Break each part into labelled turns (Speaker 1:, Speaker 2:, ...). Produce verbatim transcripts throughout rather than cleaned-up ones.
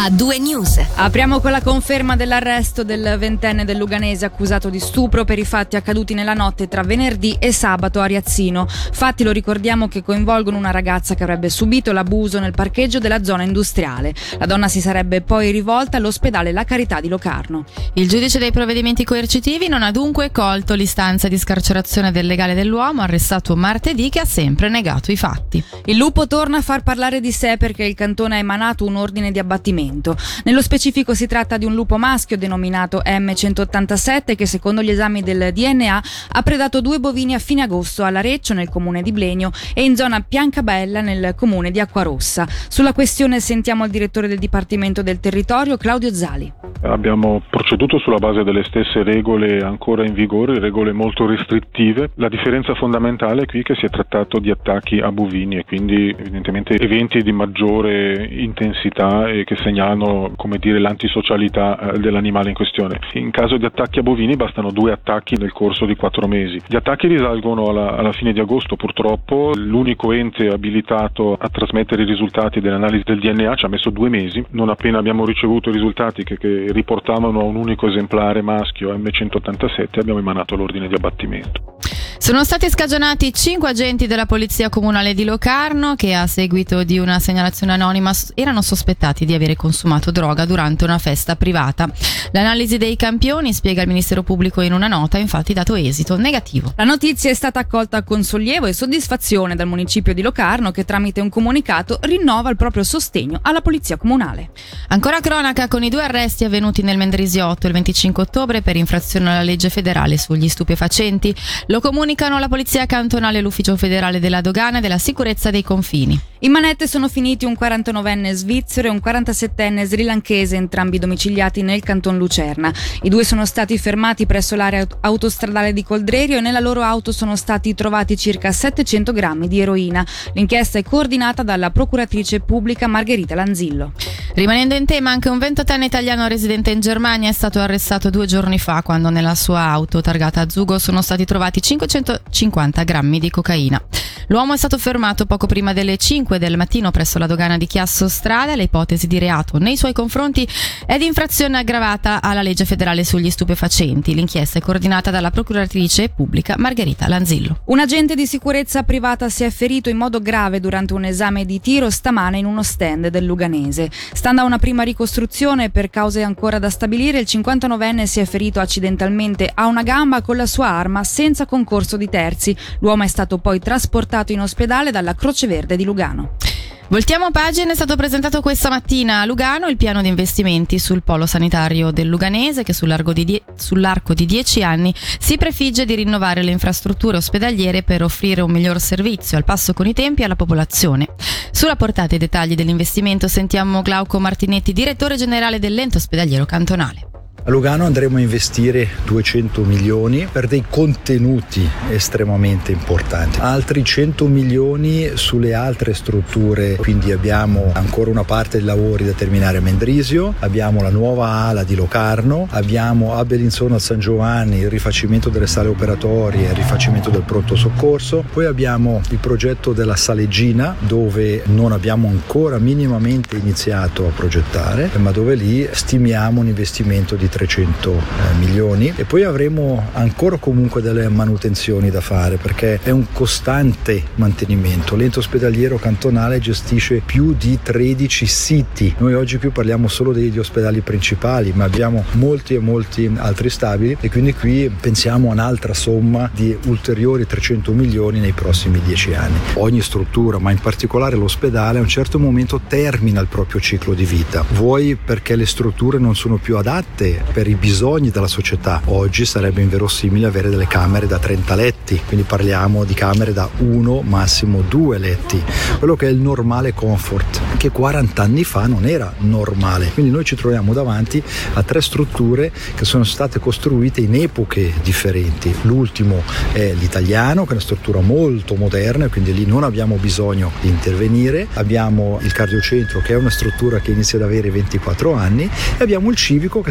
Speaker 1: A due News.
Speaker 2: Apriamo con la conferma dell'arresto del ventenne del Luganese accusato di stupro per i fatti accaduti nella notte tra venerdì e sabato a Riazzino. Fatti, lo ricordiamo, che coinvolgono una ragazza che avrebbe subito l'abuso nel parcheggio della zona industriale. La donna si sarebbe poi rivolta all'ospedale La Carità di Locarno.
Speaker 3: Il giudice dei provvedimenti coercitivi non ha dunque colto l'istanza di scarcerazione del legale dell'uomo arrestato martedì, che ha sempre negato i fatti.
Speaker 2: Il lupo torna a far parlare di sé perché il cantone ha emanato un ordine di abbattimento. Nello specifico si tratta di un lupo maschio denominato M centottantasette che, secondo gli esami del D N A, ha predato due bovini a fine agosto a Lareccio, nel comune di Blegno, e in zona Piancabella, nel comune di Acquarossa. Sulla questione sentiamo il direttore del Dipartimento del Territorio, Claudio Zali.
Speaker 4: Abbiamo proceduto sulla base delle stesse regole ancora in vigore, regole molto restrittive. La differenza fondamentale è qui che si è trattato di attacchi a bovini e quindi evidentemente eventi di maggiore intensità e che segnalano, come dire, l'antisocialità dell'animale in questione. In caso di attacchi a bovini bastano due attacchi nel corso di quattro mesi. Gli attacchi risalgono alla, alla fine di agosto, purtroppo. L'unico ente abilitato a trasmettere i risultati dell'analisi del D N A ci ha messo due mesi. Non appena abbiamo ricevuto i risultati che, che riportavano a un unico esemplare maschio M centottantasette, abbiamo emanato l'ordine di abbattimento.
Speaker 3: Sono stati scagionati cinque agenti della Polizia Comunale di Locarno che, a seguito di una segnalazione anonima, erano sospettati di avere consumato droga durante una festa privata. L'analisi dei campioni, spiega il Ministero Pubblico in una nota, ha infatti dato esito negativo.
Speaker 2: La notizia è stata accolta con sollievo e soddisfazione dal municipio di Locarno, che tramite un comunicato rinnova il proprio sostegno alla Polizia Comunale.
Speaker 3: Ancora cronaca con i due arresti avvenuti nel Mendrisiotto il venticinque ottobre per infrazione alla legge federale sugli stupefacenti. Lo comunicano la Polizia Cantonale e l'Ufficio Federale della Dogana e della Sicurezza dei Confini.
Speaker 2: In manette sono finiti un quarantanovenne svizzero e un quarantasettenne srilankese, entrambi domiciliati nel Canton Lucerna. I due sono stati fermati presso l'area autostradale di Coldrerio e nella loro auto sono stati trovati circa settecento grammi di eroina. L'inchiesta è coordinata dalla procuratrice pubblica Margherita Lanzillo.
Speaker 3: Rimanendo in tema, anche un ventottenne italiano residente in Germania è stato arrestato due giorni fa quando nella sua auto targata a Zugo sono stati trovati cinquecentocinquanta grammi di cocaina. L'uomo è stato fermato poco prima delle cinque del mattino presso la dogana di Chiasso Strada. L'ipotesi di reato nei suoi confronti è di infrazione aggravata alla legge federale sugli stupefacenti. L'inchiesta è coordinata dalla procuratrice pubblica Margherita Lanzillo.
Speaker 2: Un agente di sicurezza privata si è ferito in modo grave durante un esame di tiro stamane in uno stand del Luganese. Stando a una prima ricostruzione, per cause ancora da stabilire, il cinquantanovenne si è ferito accidentalmente a una gamba con la sua arma senza concorso di terzi. L'uomo è stato poi trasportato in ospedale dalla Croce Verde di Lugano.
Speaker 3: Voltiamo pagina. È stato presentato questa mattina a Lugano il piano di investimenti sul polo sanitario del Luganese, che sull'arco di, die- sull'arco di dieci anni si prefigge di rinnovare le infrastrutture ospedaliere per offrire un miglior servizio al passo con i tempi alla popolazione. Sulla portata e i dettagli dell'investimento sentiamo Glauco Martinetti, direttore generale dell'ente ospedaliero cantonale.
Speaker 5: A Lugano andremo a investire duecento milioni per dei contenuti estremamente importanti, altri cento milioni sulle altre strutture, quindi abbiamo ancora una parte dei lavori da terminare a Mendrisio, abbiamo la nuova ala di Locarno, abbiamo a Bellinzona al San Giovanni il rifacimento delle sale operatorie, il rifacimento del pronto soccorso, poi abbiamo il progetto della Saleggina, dove non abbiamo ancora minimamente iniziato a progettare, ma dove lì stimiamo un investimento di trecento milioni, e poi avremo ancora comunque delle manutenzioni da fare perché è un costante mantenimento. L'ente ospedaliero cantonale gestisce più di tredici siti. Noi oggi più parliamo solo degli ospedali principali, ma abbiamo molti e molti altri stabili, e quindi qui pensiamo a un'altra somma di ulteriori trecento milioni nei prossimi dieci anni. Ogni struttura, ma in particolare l'ospedale, a un certo momento termina il proprio ciclo di vita, vuoi perché le strutture non sono più adatte per i bisogni della società. Oggi sarebbe inverosimile avere delle camere da trenta letti, quindi parliamo di camere da uno, massimo due letti, quello che è il normale comfort, che quaranta anni fa non era normale. Quindi noi ci troviamo davanti a tre strutture che sono state costruite in epoche differenti. L'ultimo è l'italiano, che è una struttura molto moderna, quindi lì non abbiamo bisogno di intervenire. Abbiamo il cardiocentro, che è una struttura che inizia ad avere ventiquattro anni, e abbiamo il civico, che è stato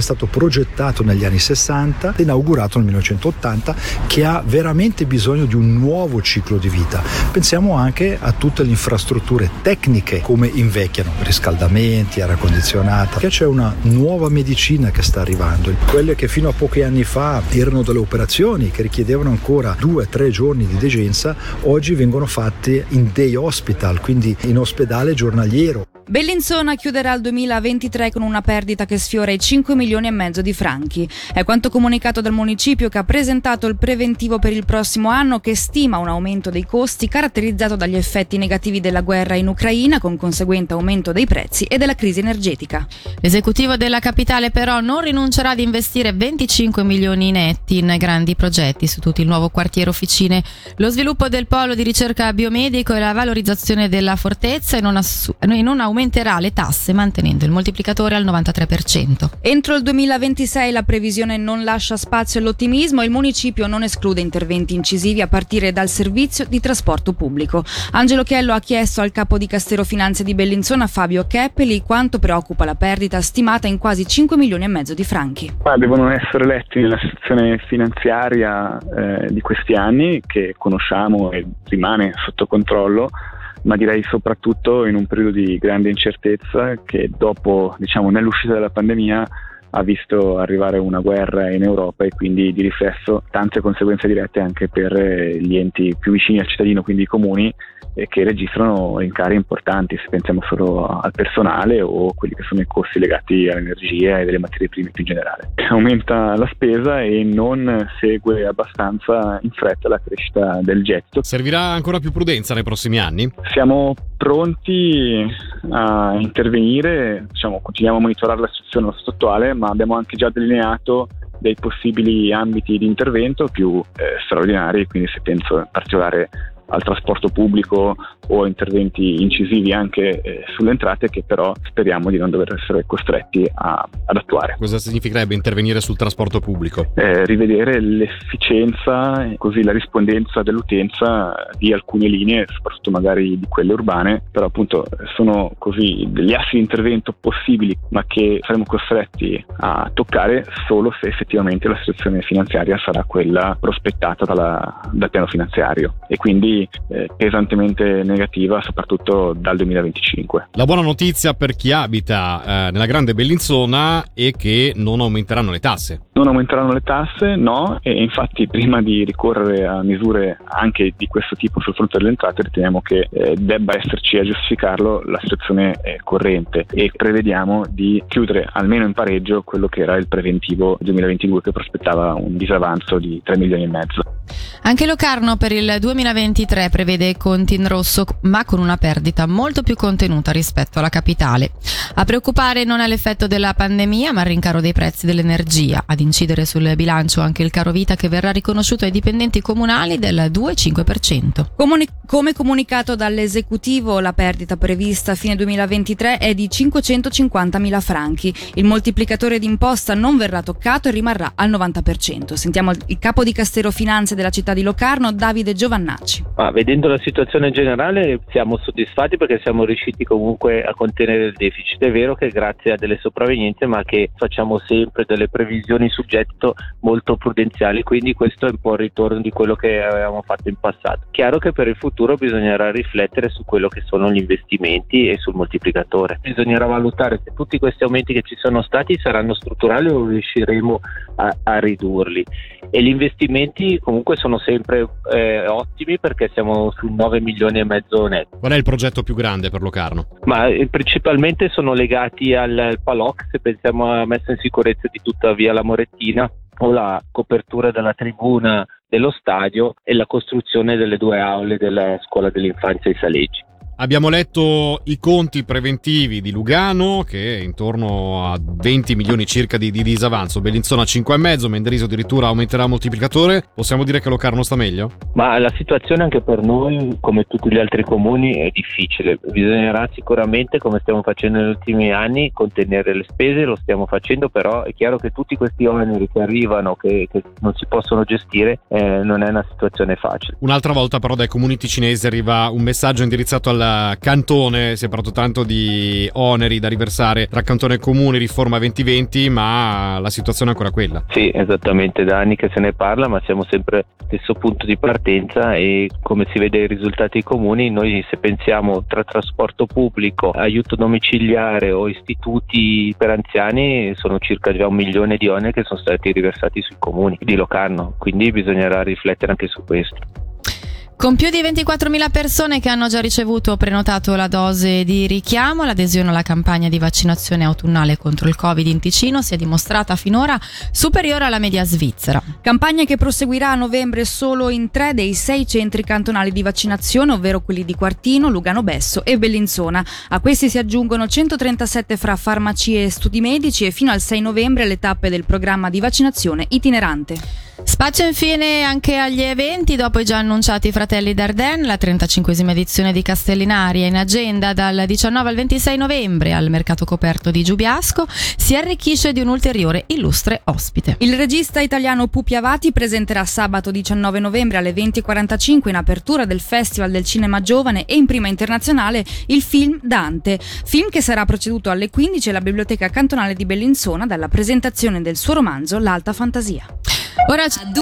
Speaker 5: progettato negli anni sessanta, inaugurato nel millenovecentottanta, che ha veramente bisogno di un nuovo ciclo di vita. Pensiamo anche a tutte le infrastrutture tecniche, come invecchiano, riscaldamenti, aria condizionata, che c'è una nuova medicina che sta arrivando. Quelle che fino a pochi anni fa erano delle operazioni che richiedevano ancora due o tre giorni di degenza, oggi vengono fatte in day hospital, quindi in ospedale giornaliero.
Speaker 2: Bellinzona chiuderà il duemilaventitré con una perdita che sfiora i cinque milioni e mezzo di franchi. È quanto comunicato dal municipio, che ha presentato il preventivo per il prossimo anno, che stima un aumento dei costi caratterizzato dagli effetti negativi della guerra in Ucraina, con conseguente aumento dei prezzi, e della crisi energetica.
Speaker 3: L'esecutivo della capitale però non rinuncerà ad investire venticinque milioni netti in grandi progetti su tutto il nuovo quartiere officine, lo sviluppo del polo di ricerca biomedico e la valorizzazione della fortezza, e non, assu- e non aumenterà le tasse, mantenendo il moltiplicatore al novantatré per cento.
Speaker 2: Entro il duemilaventisei la previsione non lascia spazio all'ottimismo e il municipio non esclude interventi incisivi a partire dal servizio di trasporto pubblico. Angelo Chiello ha chiesto al capo di Castero Finanze di Bellinzona, Fabio Cheppeli, quanto preoccupa la perdita stimata in quasi cinque milioni e mezzo di franchi.
Speaker 1: Ma devono essere letti nella situazione finanziaria eh, di questi anni, che conosciamo e rimane sotto controllo, ma direi soprattutto in un periodo di grande incertezza che dopo, diciamo, nell'uscita della pandemia ha visto arrivare una guerra in Europa, e quindi di riflesso tante conseguenze dirette anche per gli enti più vicini al cittadino, quindi i comuni, eh, che registrano rincari importanti, se pensiamo solo al personale o quelli che sono i costi legati all'energia e delle materie prime più in generale. Aumenta la spesa e non segue abbastanza in fretta la crescita del gettito.
Speaker 6: Servirà ancora più prudenza nei prossimi anni?
Speaker 1: Siamo pronti a intervenire, diciamo, continuiamo a monitorare la situazione allo stato attuale, ma abbiamo anche già delineato dei possibili ambiti di intervento più eh, straordinari, quindi se penso in particolare al trasporto pubblico o interventi incisivi anche eh, sulle entrate, che però speriamo di non dover essere costretti a, ad attuare.
Speaker 6: Cosa significherebbe intervenire sul trasporto pubblico?
Speaker 1: Eh, rivedere l'efficienza e così la rispondenza dell'utenza di alcune linee, soprattutto magari di quelle urbane, però appunto sono così degli assi di intervento possibili, ma che saremo costretti a toccare solo se effettivamente la situazione finanziaria sarà quella prospettata dalla, dal piano finanziario, e quindi Eh, pesantemente negativa soprattutto dal duemilaventicinque.
Speaker 6: La buona notizia per chi abita eh, nella grande Bellinzona è che non aumenteranno le tasse.
Speaker 1: Non aumenteranno le tasse, no, e infatti prima di ricorrere a misure anche di questo tipo sul fronte delle entrate riteniamo che eh, debba esserci a giustificarlo la situazione eh, corrente, e prevediamo di chiudere almeno in pareggio quello che era il preventivo duemilaventidue, che prospettava un disavanzo di tre milioni e mezzo.
Speaker 3: Anche Locarno per il duemilaventitré prevede conti in rosso, ma con una perdita molto più contenuta rispetto alla capitale. A preoccupare non è l'effetto della pandemia, ma il rincaro dei prezzi dell'energia. Ad incidere sul bilancio anche il caro vita, che verrà riconosciuto ai dipendenti comunali del due virgola cinque per cento.
Speaker 2: Comuni- come comunicato dall'esecutivo, la perdita prevista a fine duemilaventitré è di cinquecentocinquantamila franchi. Il moltiplicatore d'imposta non verrà toccato e rimarrà al novanta per cento. Sentiamo il capo di Castero Finanze della città di Locarno, Davide Giovannacci.
Speaker 7: Ah, vedendo la situazione generale siamo soddisfatti, perché siamo riusciti comunque a contenere il deficit. È vero che grazie a delle sopravvenienze, ma che facciamo sempre delle previsioni sul gettito molto prudenziali, quindi questo è un po' il ritorno di quello che avevamo fatto in passato. Chiaro che per il futuro bisognerà riflettere su quello che sono gli investimenti e sul moltiplicatore. Bisognerà valutare se tutti questi aumenti che ci sono stati saranno strutturali o riusciremo a, a ridurli. E gli investimenti comunque sono sempre eh, ottimi, perché siamo su nove milioni e mezzo netto.
Speaker 6: Qual è il progetto più grande per Locarno?
Speaker 7: Ma eh, principalmente sono legati al, al P A L O C, se pensiamo alla messa in sicurezza di tutta via La Morettina, o la copertura della tribuna dello stadio e la costruzione delle due aule della scuola dell'infanzia ai Salegi.
Speaker 6: Abbiamo letto i conti preventivi di Lugano, che è intorno a venti milioni circa di, di disavanzo. Bellinzona cinque e mezzo, Mendrisio addirittura aumenterà il moltiplicatore. Possiamo dire che Locarno sta meglio?
Speaker 7: Ma la situazione anche per noi, come tutti gli altri comuni, è difficile. Bisognerà sicuramente, come stiamo facendo negli ultimi anni, contenere le spese. Lo stiamo facendo, però è chiaro che tutti questi oneri che arrivano, che, che non si possono gestire, eh, non è una situazione facile.
Speaker 6: Un'altra volta però dai comuni ticinesi arriva un messaggio indirizzato al dal cantone. Si è parlato tanto di oneri da riversare tra cantone e comune, riforma venti venti, ma la situazione è ancora quella.
Speaker 7: Sì, esattamente, da anni che se ne parla, ma siamo sempre allo stesso punto di partenza e come si vede i risultati dei comuni, noi se pensiamo tra trasporto pubblico, aiuto domiciliare o istituti per anziani, sono circa già un milione di oneri che sono stati riversati sui comuni di Locarno, quindi bisognerà riflettere anche su questo.
Speaker 3: Con più di ventiquattromila persone che hanno già ricevuto o prenotato la dose di richiamo, l'adesione alla campagna di vaccinazione autunnale contro il Covid in Ticino si è dimostrata finora superiore alla media svizzera.
Speaker 2: Campagna che proseguirà a novembre solo in tre dei sei centri cantonali di vaccinazione, ovvero quelli di Quartino, Lugano Besso e Bellinzona. A questi si aggiungono centotrentasette fra farmacie e studi medici e fino al sei novembre le tappe del programma di vaccinazione itinerante.
Speaker 3: Spazio infine anche agli eventi. Dopo i già annunciati Fratelli d'Ardenne, la trentacinquesima edizione di Castellinaria in agenda dal diciannove al ventisei novembre al mercato coperto di Giubiasco si arricchisce di un ulteriore illustre ospite.
Speaker 2: Il regista italiano Pupi Avati presenterà sabato diciannove novembre alle venti e quarantacinque in apertura del Festival del Cinema Giovane e in prima internazionale il film Dante, film che sarà proceduto alle quindici alla Biblioteca Cantonale di Bellinzona dalla presentazione del suo romanzo L'Alta Fantasia.
Speaker 3: Ora